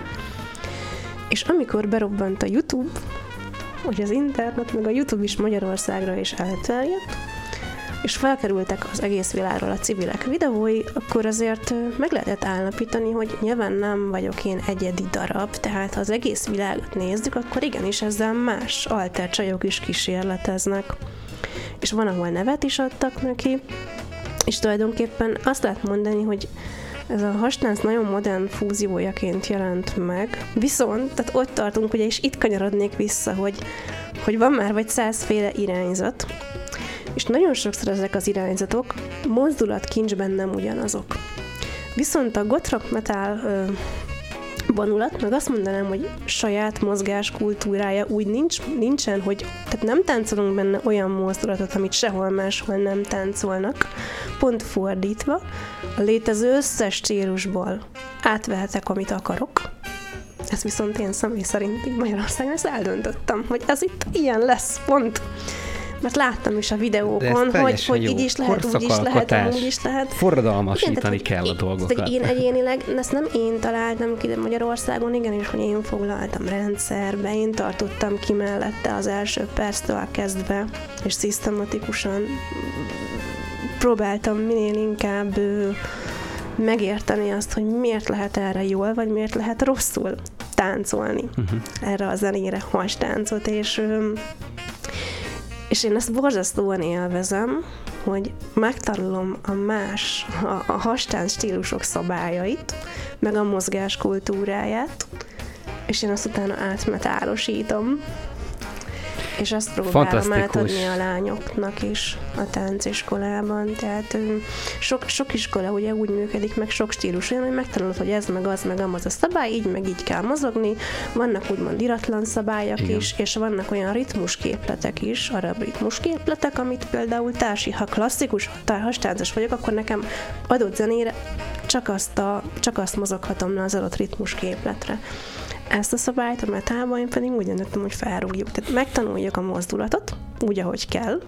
És amikor berobbant a YouTube, hogy az internet, meg a YouTube is Magyarországra is elterjedt, és felkerültek az egész világról a civilek videói, akkor azért meg lehetett állapítani, hogy nyilván nem vagyok én egyedi darab, tehát ha az egész világot nézzük, akkor igenis ezzel más alter csajok is kísérleteznek. És van, ahol nevet is adtak neki, és tulajdonképpen azt lehet mondani, hogy ez a hastánc nagyon modern fúziójaként jelent meg. Viszont, tehát ott tartunk, ugye, és itt kanyarodnék vissza, hogy, hogy van már vagy százféle irányzat, és nagyon sokszor ezek az irányzatok mozdulatkincsben nem ugyanazok. Viszont a goth rock metal ö, vonulat, meg azt mondanám, hogy saját mozgás kultúrája úgy nincs, nincsen, hogy tehát nem táncolunk benne olyan mozdulatot, amit sehol máshol nem táncolnak. Pont fordítva, a létező összes stílusból átvehetek, amit akarok. Ez viszont én személy szerint Magyarországon ezt eldöntöttem, hogy ez itt ilyen lesz, pont. Mert láttam is a videókon, hogy, hogy így is lehet, úgy is lehet, úgy is lehet. Forradalmasítani igen, kell a dolgokat. Én egyénileg, ezt nem én találtam ki, de Magyarországon igenis, hogy én foglaltam rendszerbe, én tartottam ki mellette az első perctől kezdve, és szisztematikusan próbáltam minél inkább megérteni azt, hogy miért lehet erre jól, vagy miért lehet rosszul táncolni uh-huh. erre a zenére, hastáncot, és És én ezt borzasztóan élvezem, hogy megtanulom a más, a, a hastánc stílusok szabályait, meg a mozgás kultúráját, és én azt utána átmetálosítom. és ezt próbálom átadni a lányoknak is a tánciskolában. Tehát sok, sok iskola ugye úgy működik, meg sok stílus olyan, hogy megtanulod, hogy ez, meg az, meg amaz a szabály, így, meg így kell mozogni. Vannak úgymond iratlan szabályok Igen. is, és vannak olyan ritmusképletek is, arab ritmusképletek, amit például társi, ha klasszikus táncos vagyok, akkor nekem adott zenére csak azt, a, csak azt mozoghatom le az adott ritmusképletre. Ezt a szabályt a metálban én pedig úgy döntöttem, hogy felrúgjuk. Tehát megtanuljuk a mozdulatot, úgy, ahogy kell.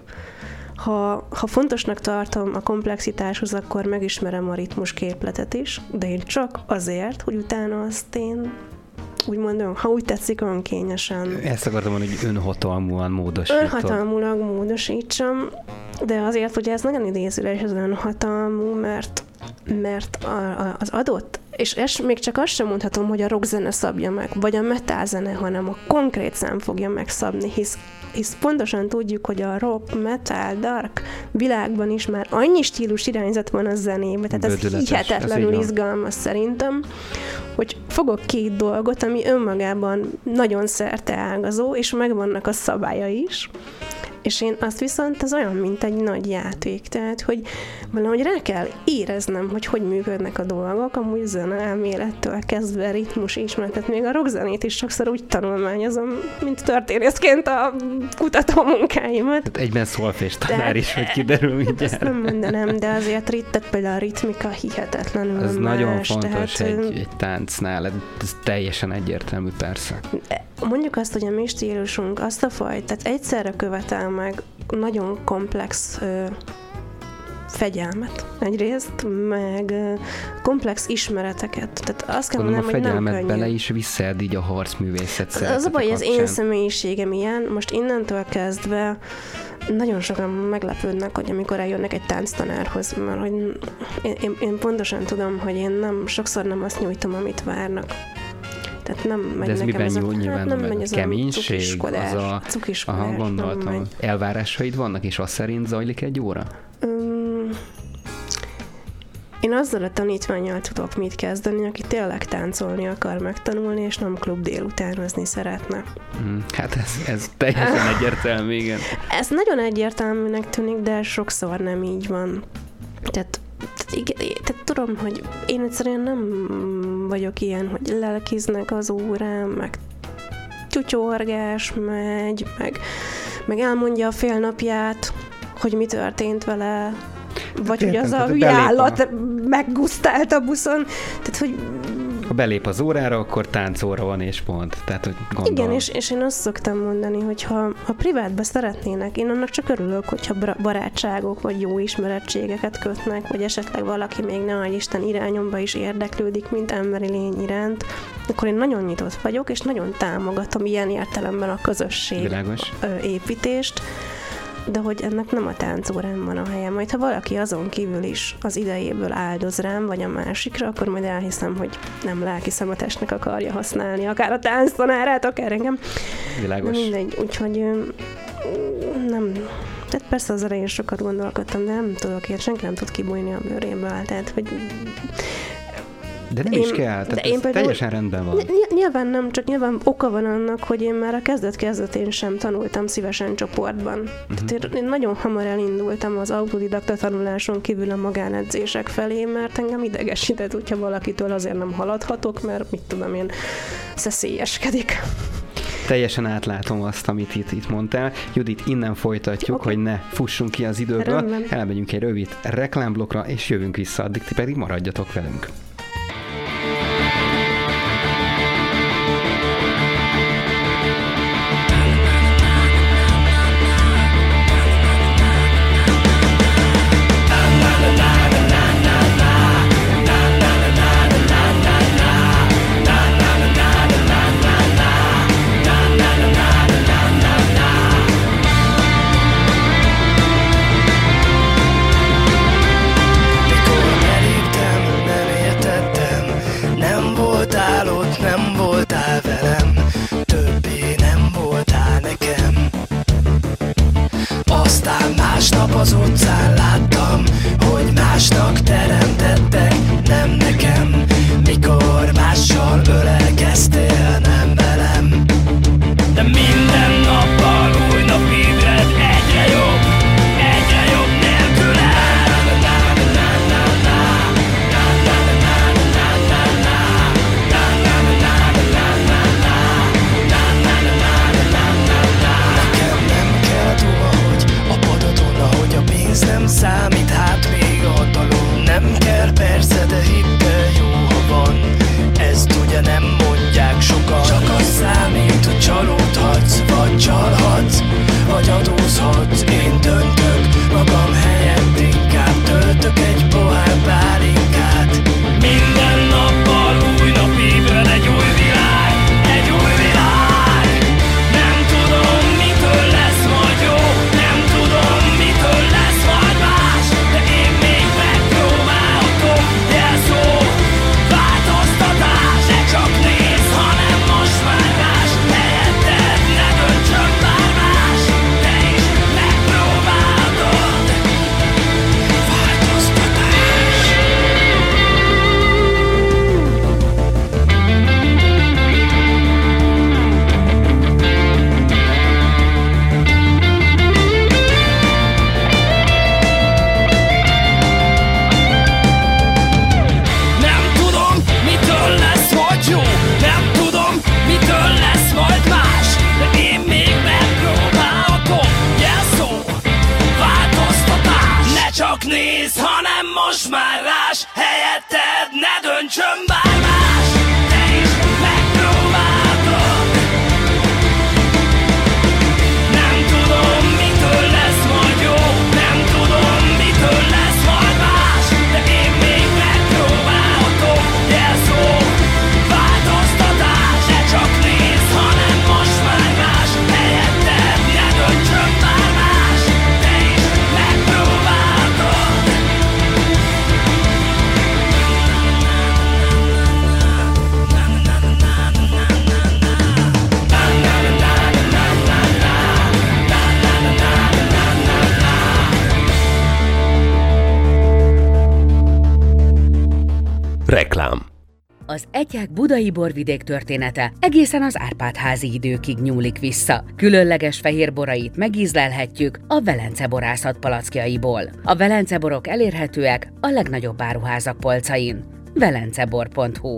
Ha, ha fontosnak tartom a komplexitáshoz, akkor megismerem a ritmusképletet is, de én csak azért, hogy utána azt én úgy mondom, ha úgy tetszik, önkényesen. Ezt akartam mondani, hogy önhatalmúan módosítom. Önhatalmulag módosítsam, de azért, hogy ez nagyon idézőleges az önhatalmú, mert, mert a, a, az adott, és ez, még csak azt sem mondhatom, hogy a rockzene szabja meg, vagy a metálzene, hanem a konkrét szám fogja megszabni, hisz, hisz pontosan tudjuk, hogy a rock, metal, dark világban is már annyi stílus irányzat van a zenében, tehát ez hihetetlenül ez izgalmas szerintem, hogy fogok két dolgot, ami önmagában nagyon szerteágazó, és megvannak a szabályai is, és én azt viszont az olyan, mint egy nagy játék, tehát, hogy valahogy rá kell éreznem, hogy hogy működnek a dolgok, amúgy zene elmélettől kezdve ritmus ismeretet, még a rockzenét is sokszor úgy tanulmányozom, mint történészként a kutató munkáimat. Tehát egyben szolfés tanár is, hogy kiderül mindjárt. Ezt nem mondanám, de azért tehát például a ritmika hihetetlenül ez más. nagyon fontos tehát, egy, egy táncnál, ez teljesen egyértelmű persze. Mondjuk azt, hogy a mi stílusunk azt a fajt, tehát egyszerre követel meg nagyon komplex ö, fegyelmet egyrészt, meg ö, komplex ismereteket. Tehát azt kell mondanom, hogy nem könnyű. A fegyelmet bele is visszaad így a harcművészet szeretete Az a baj, hogy az én személyiségem ilyen, most innentől kezdve nagyon sokan meglepődnek, hogy amikor eljönnek egy tánctanárhoz, mert hogy én, én, én pontosan tudom, hogy én nem, sokszor nem azt nyújtom, amit várnak. Tehát nem megy de ez nekem miben ez a, nyúl, nyilván nem megy ez keménység, a az a... Aha, gondoltam. Elvárásaid vannak, és az szerint zajlik egy óra? Um, én azzal a tanítvánnyal tudok mit kezdeni, aki tényleg táncolni akar megtanulni, és nem klub délutánozni szeretne. Mm, hát ez, ez teljesen egyértelmű, igen. Ez nagyon egyértelműnek tűnik, de sokszor nem így van. Tehát Tehát, igen, tehát tudom, hogy én egyszerűen nem vagyok ilyen, hogy lelkiznek az órám, meg tyutyorgás megy, meg, meg elmondja a félnapját, hogy mi történt vele, vagy hogy az a hülye állat meggusztált a buszon. Tehát, hogy ha belép az órára, akkor táncóra van, és pont. Tehát, hogy gondolom. Igen, és, és én azt szoktam mondani, hogy ha, ha privátba szeretnének, én annak csak örülök, hogyha barátságok vagy jó ismerettségeket kötnek, vagy esetleg valaki még ne adj Isten irányomba is érdeklődik, mint emberi lény iránt, akkor én nagyon nyitott vagyok, és nagyon támogatom ilyen értelemben a közösség Világos. építést, de hogy ennek nem a táncórán van a helye. Majd ha valaki azon kívül is az idejéből áldoz rám, vagy a másikra, akkor majd elhiszem, hogy nem lelki szemetesnek akarja használni, akár a tánctanárát, akár engem. Világos. De mindegy, úgyhogy nem... Tehát persze az elején sokat gondolkodtam, de nem tudok ilyet, senki nem tud kibújni a bőréből, tehát hogy... De nem én, is kell, tehát ez teljesen rendben van. Nyilván nem, csak nyilván oka van annak, hogy én már a kezdet-kezdetén sem tanultam szívesen csoportban. Uh-huh. Tehát én nagyon hamar elindultam az autodidakta tanuláson kívül a magánedzések felé, mert engem idegesített, hogyha valakitől azért nem haladhatok, mert mit tudom én, szeszélyeskedik. Teljesen átlátom azt, amit itt, itt mondtál. Judit, innen folytatjuk, okay. hogy ne fussunk ki az időből. Rendben. Elmegyünk egy rövid reklámblokra, és jövünk vissza, addig ti pedig maradjatok velünk. Nem értem, most már rás, helyetted ne döntsön bár más. Te is megpróbáltad. Nem tudom, mitől lesz majd jó, nem tudom, mitől lesz majd más, de én még megpróbálhatom. Jelszó, változtatás, ne csak nézz, hanem most már más, helyetted ne döntsön bár más. Te is megpróbáltad. Reklám. Az Etyák budai borvidék története egészen az Árpád-házi időkig nyúlik vissza. Különleges fehér borait megízlelhetjük a Velence borászat palackjaiból. A Velence borok elérhetőek a legnagyobb áruházak polcain. velencebor pont hu.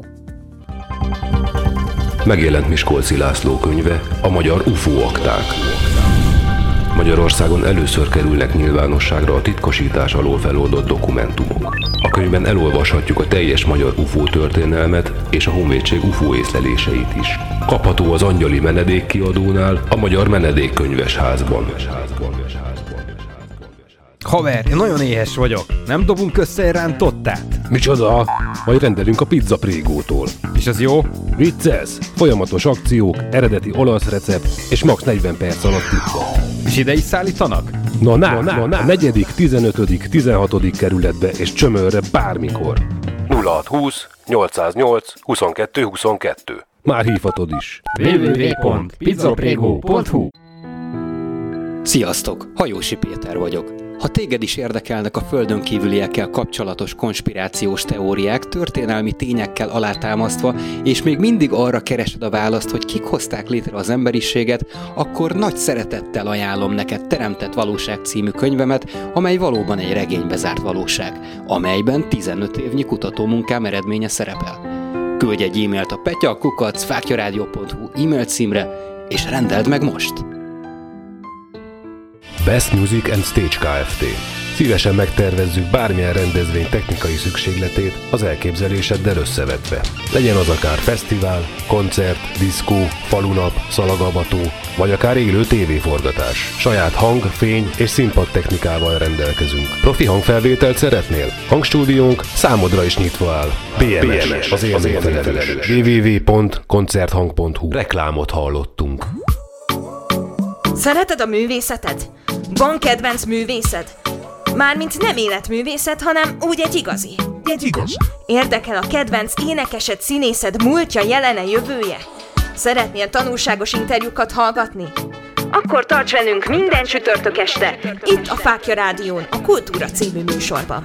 Megjelent Miskolci László könyve, a magyar u f o akták. Magyarországon először kerülnek nyilvánosságra a titkosítás alól feloldott dokumentumok. A könyvben elolvashatjuk a teljes magyar u f o történelmet és a honvédség u f o észleléseit is. Kapható az Angyali Menedék kiadónál, a Magyar Menedékkönyves Házban. Haver, én nagyon éhes vagyok. Nem dobunk össze egy rántottát? Micsoda? Majd rendelünk a Pizza Prégótól. És az jó? Vicces! Folyamatos akciók, eredeti olasz recept és max. negyven perc alatt tippa. És ide is szállítanak? Na ná, na, na, a negyedik, tizenötödik, tizenhatodik kerületbe és Csömörre bármikor. nulla hat húsz nyolcszáznyolc huszonkettő huszonkettő. Már hívhatod is. double-u double-u double-u pont pizzaprego pont hu. Sziasztok! Hajósi Péter vagyok. Ha téged is érdekelnek a földön kívüliekkel kapcsolatos konspirációs teóriák, történelmi tényekkel alátámasztva, és még mindig arra keresed a választ, hogy kik hozták létre az emberiséget, akkor nagy szeretettel ajánlom neked Teremtett Valóság című könyvemet, amely valóban egy regénybe zárt valóság, amelyben tizenöt évnyi kutatómunkám eredménye szerepel. Küldj egy e-mailt a petya kukac fáklyaradio pont hu e-mail címre, és rendeld meg most! Best Music and Stage Kft. Szívesen megtervezzük bármilyen rendezvény technikai szükségletét az elképzeléseddel összevetve. Legyen az akár fesztivál, koncert, diszkó, falunap, szalagavató, vagy akár élő tévéforgatás. Saját hang, fény és színpad technikával rendelkezünk. Profi hangfelvételt szeretnél? Hangstúdiónk számodra is nyitva áll. bé em es, az élményfelelős. double-u double-u double-u pont koncerthang pont hu. Reklámot hallottunk. Szereted a művészeted? Van kedvenc művészed? Mármint nem életművészet, hanem úgy egy igazi. Egy igazi. Érdekel a kedvenc énekesed, színészed múltja, jelene, jövője? Szeretnél tanulságos interjúkat hallgatni? Akkor tarts velünk minden csütörtök este, itt a Fákja Rádión, a Kultúra című műsorban.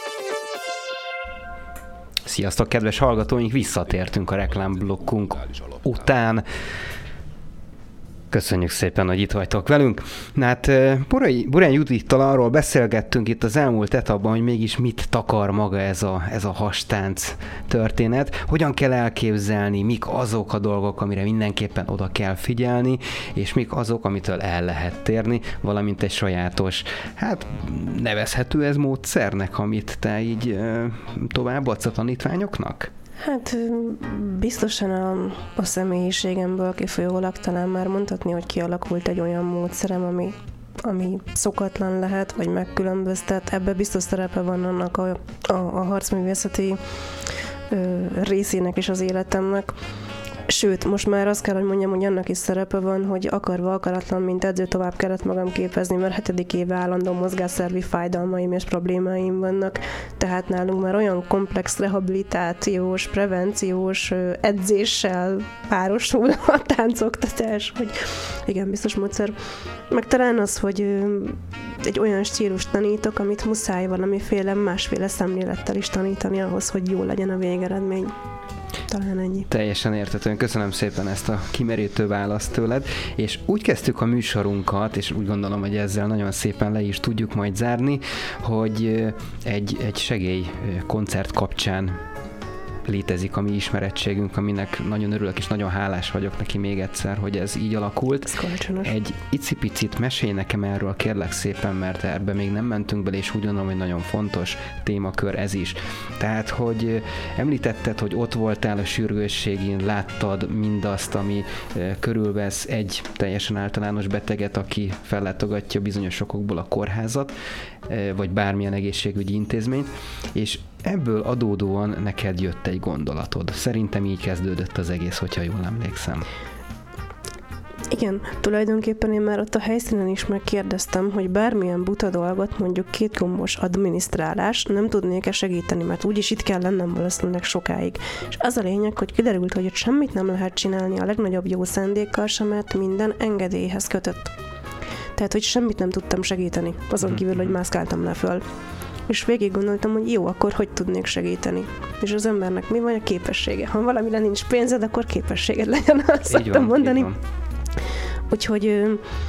Sziasztok, kedves hallgatóink! Visszatértünk a reklámblokkunk után. Köszönjük szépen, hogy itt vagytok velünk. Na hát Burai, Burány Judittal arról beszélgettünk itt az elmúlt etapban, hogy mégis mit takar maga ez a, ez a hastánc történet, hogyan kell elképzelni, mik azok a dolgok, amire mindenképpen oda kell figyelni, és mik azok, amitől el lehet térni, valamint egy sajátos, hát nevezhető ez módszernek, amit te így továbbadsz a tanítványoknak? Hát biztosan a, a személyiségemből kifolyólag talán már mondhatni, hogy kialakult egy olyan módszerem, ami, ami szokatlan lehet, vagy megkülönböztet. Ebbe biztos szerepe van annak a, a, a harcművészeti ö, részének és az életemnek. Sőt, most már azt kell, hogy mondjam, hogy annak is szerepe van, hogy akarva akaratlan, mint edző tovább kellett magam képezni, mert hetedik éve állandó mozgásszervi fájdalmaim és problémáim vannak. Tehát nálunk már olyan komplex rehabilitációs, prevenciós edzéssel párosul a táncoktatás, hogy igen, biztos módszer. Meg talán az, hogy egy olyan stílust tanítok, amit muszáj valamiféle másféle szemlélettel is tanítani ahhoz, hogy jó legyen a végeredmény. Talán ennyi. Teljesen értetően. Köszönöm szépen ezt a kimerítő választ tőled, és úgy kezdtük a műsorunkat, és úgy gondolom, hogy ezzel nagyon szépen le is tudjuk majd zárni, hogy egy, egy segélykoncert kapcsán létezik a mi ismerettségünk, aminek nagyon örülök, és nagyon hálás vagyok neki még egyszer, hogy ez így alakult. Ez Egy icipicit mesélj nekem erről, kérlek szépen, mert ebbe még nem mentünk bele, és úgy gondolom, hogy nagyon fontos témakör ez is. Tehát, hogy említetted, hogy ott voltál a sürgősségén, láttad mindazt, ami körülvesz egy teljesen általános beteget, aki fellátogatja bizonyos okokból a kórházat, vagy bármilyen egészségügyi intézményt, és ebből adódóan neked jött egy gondolatod. Szerintem így kezdődött az egész, hogyha jól emlékszem. Igen, tulajdonképpen én már ott a helyszínen is megkérdeztem, hogy bármilyen buta dolgot, mondjuk két gombos adminisztrálás, nem tudnék-e segíteni, mert úgyis itt kell lennem valószínűleg sokáig. És az a lényeg, hogy kiderült, hogy ott semmit nem lehet csinálni a legnagyobb jó szándékkal sem, mert minden engedélyhez kötött. Tehát, hogy semmit nem tudtam segíteni, azon kívül, hogy mászkáltam le föl. És végig gondoltam, hogy jó, akkor hogy tudnék segíteni. És az embernek mi van a képessége? Ha valamire nincs pénzed, akkor képességed legyen, azt szoktam mondani. Úgyhogy ö,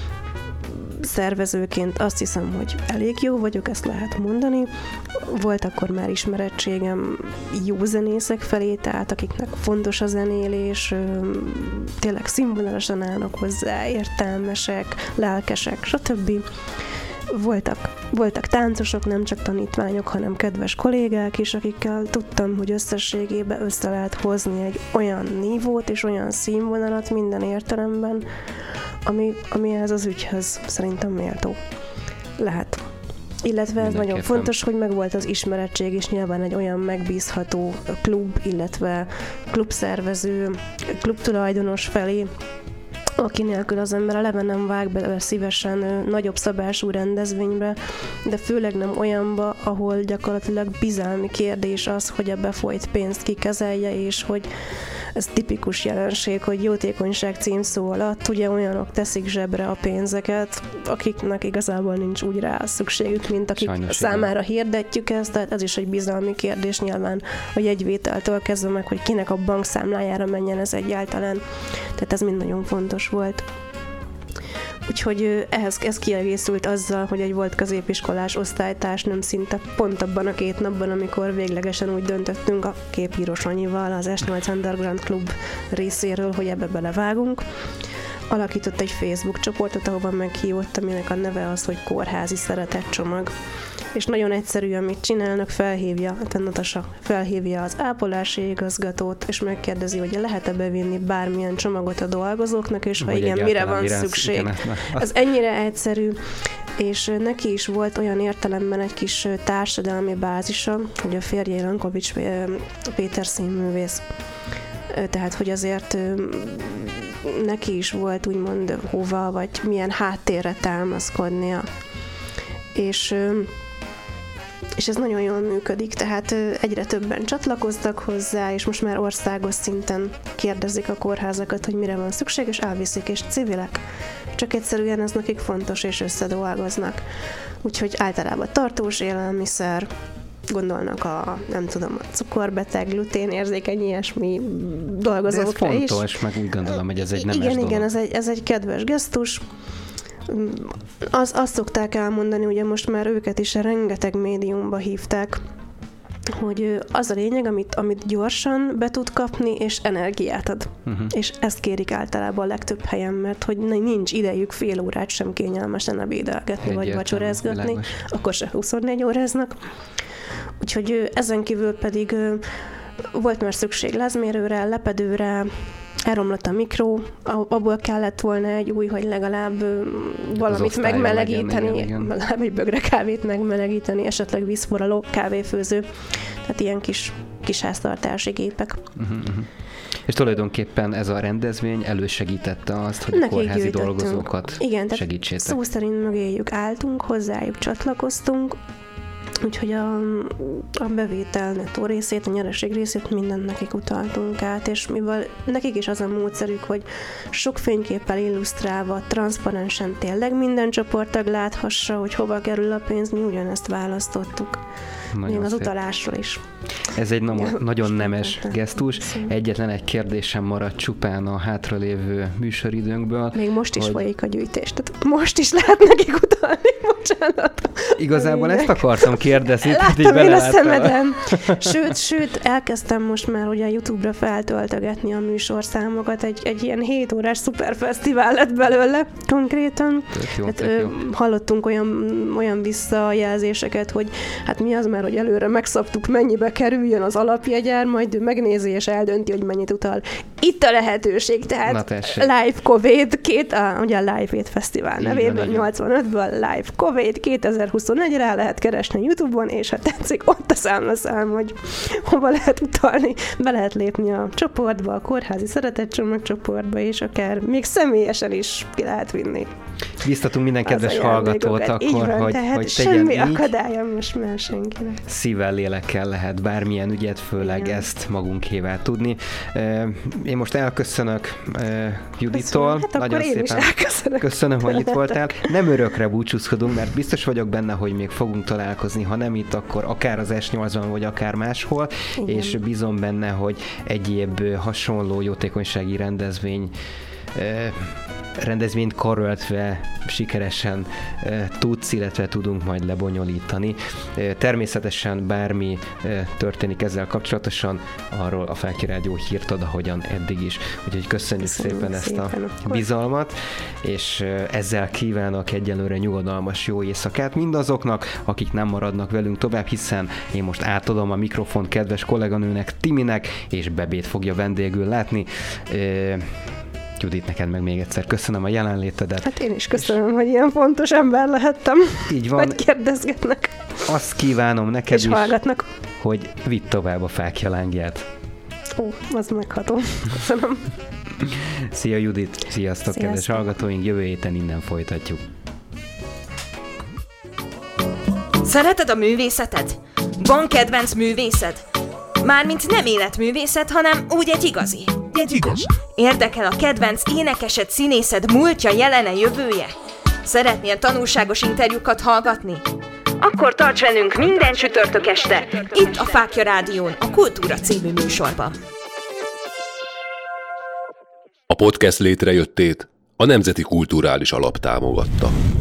szervezőként azt hiszem, hogy elég jó vagyok, ezt lehet mondani. Volt akkor már ismerettségem jó zenészek felé, tehát akiknek fontos a zenélés, ö, tényleg színvonalasan állnak hozzá, értelmesek, lelkesek, stb. Voltak, voltak táncosok, nem csak tanítványok, hanem kedves kollégák is, akikkel tudtam, hogy összességében össze lehet hozni egy olyan nívót és olyan színvonalat minden értelemben, ami, ami ez az ügyhöz szerintem méltó lehet. Illetve ez nagyon fontos, hogy megvolt az ismerettség, és nyilván egy olyan megbízható klub, illetve klubszervező, klubtulajdonos felé, aki nélkül az ember eleve nem vág bele szívesen ö, nagyobb szabású rendezvénybe, de főleg nem olyanba, ahol gyakorlatilag bizalmi kérdés az, hogy a befolyt pénzt kikezelje, és hogy ez tipikus jelenség, hogy jótékonyság címszó alatt ugye olyanok teszik zsebre a pénzeket, akiknek igazából nincs úgy rá szükségük, mint akik Sajnos számára igen. hirdetjük ezt, tehát ez is egy bizalmi kérdés nyilván a jegyvételtől kezdve meg, hogy kinek a bankszámlájára menjen ez egyáltalán. Tehát ez mind nagyon fontos volt. Úgyhogy ehhez ez kiegészült azzal, hogy egy volt középiskolás osztálytársnőm szinte pont abban a két napban, amikor véglegesen úgy döntöttünk a Képíró Sanyival, az es nyolc Underground Club részéről, hogy ebbe belevágunk. Alakított egy Facebook csoportot, ahova meghívott, aminek a neve az, hogy Kórházi Szeretetcsomag. És nagyon egyszerű, amit csinálnak, felhívja, a Natasha felhívja az ápolási igazgatót, és megkérdezi, hogy lehet-e bevinni bármilyen csomagot a dolgozóknak, és ha vagy igen, mire van mire szükség. Igen, ez ennyire egyszerű, és neki is volt olyan értelemben egy kis társadalmi bázisa, hogy a férje Lankovics Péter színművész. Tehát, hogy azért neki is volt úgymond hova, vagy milyen háttérre támaszkodnia. És és ez nagyon jól működik, tehát egyre többen csatlakoztak hozzá, és most már országos szinten kérdezik a kórházakat, hogy mire van szükség, és elviszik, és civilek. Csak egyszerűen ez nekik fontos, és összedolgoznak. Úgyhogy általában tartós élelmiszer, gondolnak a, nem tudom, a cukorbeteg, gluténérzékeny, ilyesmi dolgozókra is. Ez fontos, meg úgy gondolom, hogy ez egy nemes igen, dolog. Igen, ez egy, ez egy kedves gesztus. Az, azt szokták elmondani, ugye most már őket is rengeteg médiumba hívták, hogy az a lényeg, amit, amit gyorsan be tud kapni, és energiát ad. Uh-huh. És ezt kérik általában a legtöbb helyen, mert hogy nincs idejük fél órát sem kényelmesen ebédelgetni, vagy vacsorázgatni, világos. Akkor se huszonnégy óráznak. Úgyhogy ezen kívül pedig volt már szükség lázmérőre, lepedőre, elromlott a mikró, abból kellett volna egy új, hogy legalább valamit megmelegíteni, legyen, igen, legalább egy bögre kávét megmelegíteni, esetleg vízforraló, kávéfőző, tehát ilyen kis, kis háztartási gépek. Uh-huh, uh-huh. És tulajdonképpen ez a rendezvény elősegítette azt, hogy a kórházi gyűjtöttünk. Dolgozókat igen, segítsétek. Szó szerint mögéjük álltunk, hozzájuk csatlakoztunk, úgyhogy a, a bevétel nettó részét, a nyereség részét mindent nekik utaltunk át, és mivel nekik is az a módszerük, hogy sok fényképpel illusztrálva, transzparensen tényleg minden csoporttag láthassa, hogy hova kerül a pénz, mi ugyanezt választottuk. Nagyon még az szép. Utalásról is. Ez egy na- nagyon nemes gesztus. Egyetlen egy kérdésem maradt csupán a hátralévő műsoridőnkből. Még most is hogy... folyik a gyűjtés, tehát most is lehet nekik utalni. utalni, bocsánat. Igazából ezt akartam kérdezni. Láttam én a szemeden. Sőt, sőt, elkezdtem most már ugye a YouTube-ra feltöltögetni a műsorszámokat. Egy, egy ilyen hét órás szuperfesztivál lett belőle konkrétan. Jó, hát, ö, hallottunk olyan, olyan visszajelzéseket, hogy hát mi az már, hogy előre megszabtuk, mennyibe kerüljön az alapjegyár, majd ő megnézi és eldönti, hogy mennyit utal. Itt a lehetőség, tehát Live Covid, két, a, ugye a Live Aid Fesztivál nevében, nyolcvanötből Live Covid kétezer-huszonegy, rá lehet keresni YouTube-on, és ha tetszik, ott a számlaszám, hogy hova lehet utalni, be lehet lépni a csoportba, a kórházi szeretetcsomag csoportba, és akár még személyesen is ki lehet vinni. Biztatunk minden kedves hallgatót akkor, van, hogy, tehát hogy tegyen semmi így. akadálya most már senkinek. Szívvel, lélekkel lehet bármilyen ügyet, főleg igen. ezt magunkével tudni. Én most elköszönök Judittól. Hát nagyon szépen köszönöm, hogy itt voltál. Nem örökre búcsúzkodunk, mert biztos vagyok benne, hogy még fogunk találkozni, ha nem itt, akkor akár az es nyolcban, vagy akár máshol, igen. és bízom benne, hogy egyéb hasonló jótékonysági rendezvény rendezvényt karöltve sikeresen e, tudsz, illetve tudunk majd lebonyolítani. E, természetesen bármi e, történik ezzel kapcsolatosan, arról a Fákly Rádió hírt ad, ahogyan eddig is. Úgyhogy köszönjük Köszönjük szépen, szépen ezt a akkor. bizalmat, és e, ezzel kívánok egyelőre nyugodalmas jó éjszakát mindazoknak, akik nem maradnak velünk tovább, hiszen én most átadom a mikrofont kedves kolléganőnek, Timinek, és Bebét fogja vendégül látni. E, Judit, neked meg még egyszer köszönöm a jelenlétedet. Hát én is köszönöm, és hogy ilyen fontos ember lehettem. Így van. Vagy kérdezgetnek. Azt kívánom neked és is, hallgatnak. hogy vidd tovább a fákja lángját. Ó, az megható. Köszönöm. Szia Judit, sziasztok, sziasztok kedves hallgatóink, jövő héten innen folytatjuk. Szereted a művészetet? Van kedvenc művészed? Mármint nem életművészet, hanem úgy egy igazi. Egy igaz. Érdekel a kedvenc énekesed, színészed múltja, jelene, jövője? Szeretnél tanulságos interjúkat hallgatni? Akkor tarts velünk minden csütörtök este, itt a Fákly Rádión, a Kultúra című műsorban. A podcast létrejöttét a Nemzeti Kulturális Alap támogatta.